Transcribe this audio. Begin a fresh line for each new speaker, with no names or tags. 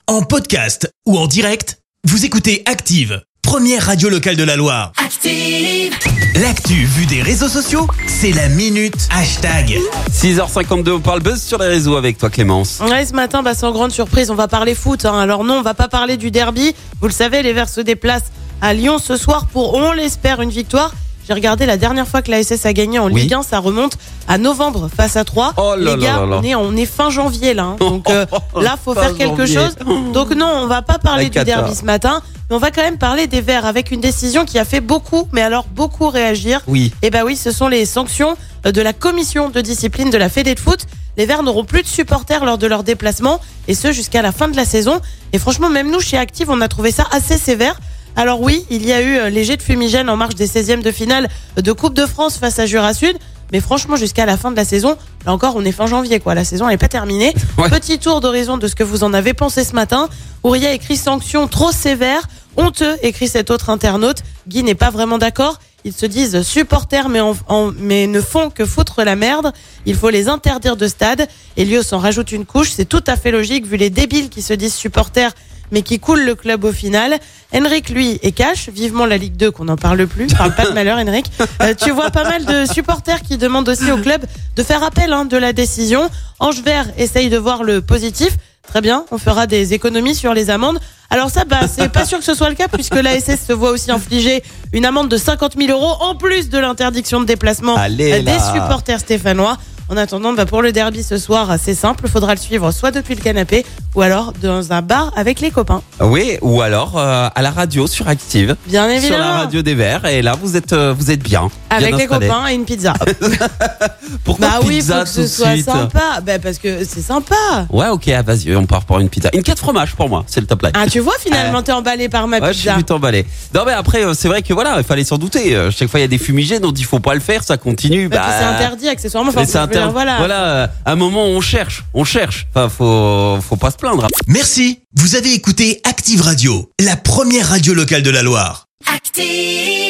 En podcast ou en direct, vous écoutez Active, première radio locale de la Loire. Active! L'actu vue des réseaux sociaux, c'est la minute hashtag.
6h52, on parle buzz sur les réseaux avec toi Clémence.
Ouais, ce matin, sans grande surprise, on va parler foot. Alors non, on va pas parler du derby. Vous le savez, les Verts se déplacent à Lyon ce soir pour, on l'espère, une victoire. J'ai regardé la dernière fois que l'ASS a gagné en Ligue 1, ça remonte à novembre face à 3.
Oh là
les gars,
là là.
on est fin janvier là. Donc là, faut faire quelque chose. Donc non, on va pas parler du derby ce matin. Mais on va quand même parler des Verts avec une décision qui a fait beaucoup, mais alors beaucoup réagir.
Oui.
Et oui, ce sont les sanctions de la commission de discipline de la Fédé de foot. Les Verts n'auront plus de supporters lors de leur déplacement, et ce jusqu'à la fin de la saison. Et franchement, même nous, chez Active, on a trouvé ça assez sévère. Alors oui, il y a eu les jets de fumigène en marge des 16e de finale de Coupe de France face à Jura Sud. Mais franchement, jusqu'à la fin de la saison, là encore, on est fin janvier, quoi. La saison, elle n'est pas terminée.
Ouais.
Petit tour d'horizon de ce que vous en avez pensé ce matin. Ouria écrit sanction trop sévère. Honteux, écrit cet autre internaute. Guy n'est pas vraiment d'accord. Ils se disent supporters, mais ne font que foutre la merde. Il faut les interdire de stade. Elios en rajoute une couche. C'est tout à fait logique, vu les débiles qui se disent supporters, mais qui coulent le club au final. Henrik, lui, est cash. Vivement la Ligue 2, qu'on n'en parle plus. Parle pas de malheur, Henrik. Tu vois pas mal de supporters qui demandent aussi au club de faire appel de la décision. Ange Vert essaye de voir le positif. Très bien, on fera des économies sur les amendes. Alors ça, c'est pas sûr que ce soit le cas, puisque l'ASS se voit aussi infliger une amende de 50 000 € en plus de l'interdiction de déplacement des supporters stéphanois. En attendant, pour le derby ce soir, c'est simple, il faudra le suivre soit depuis le canapé ou alors dans un bar avec les copains.
Oui, ou alors à la radio sur Active.
Bien évidemment.
Sur la radio des Verts, et là vous êtes bien.
Avec les
installé.
copains et une pizza.
Pourquoi
Oui,
pizza
faut que
tout
ce
de
soit
suite
sympa. Parce que c'est sympa.
Ouais, ok, vas-y, on part pour une pizza. Une 4 fromages pour moi, c'est le top line.
Ah, tu vois, finalement, t'es emballé par ma
Ouais, je
pizza.
suis vite emballé. Non, mais après, c'est vrai que voilà, il fallait s'en douter. Chaque fois, il y a des fumigènes, on dit faut pas le faire, ça continue.
Puis c'est interdit, accessoirement.
Mais c'est interdit.
Voilà.
À un moment, on cherche. Enfin, faut pas se plaindre.
Merci, vous avez écouté Active Radio, la première radio locale de la Loire.
Active!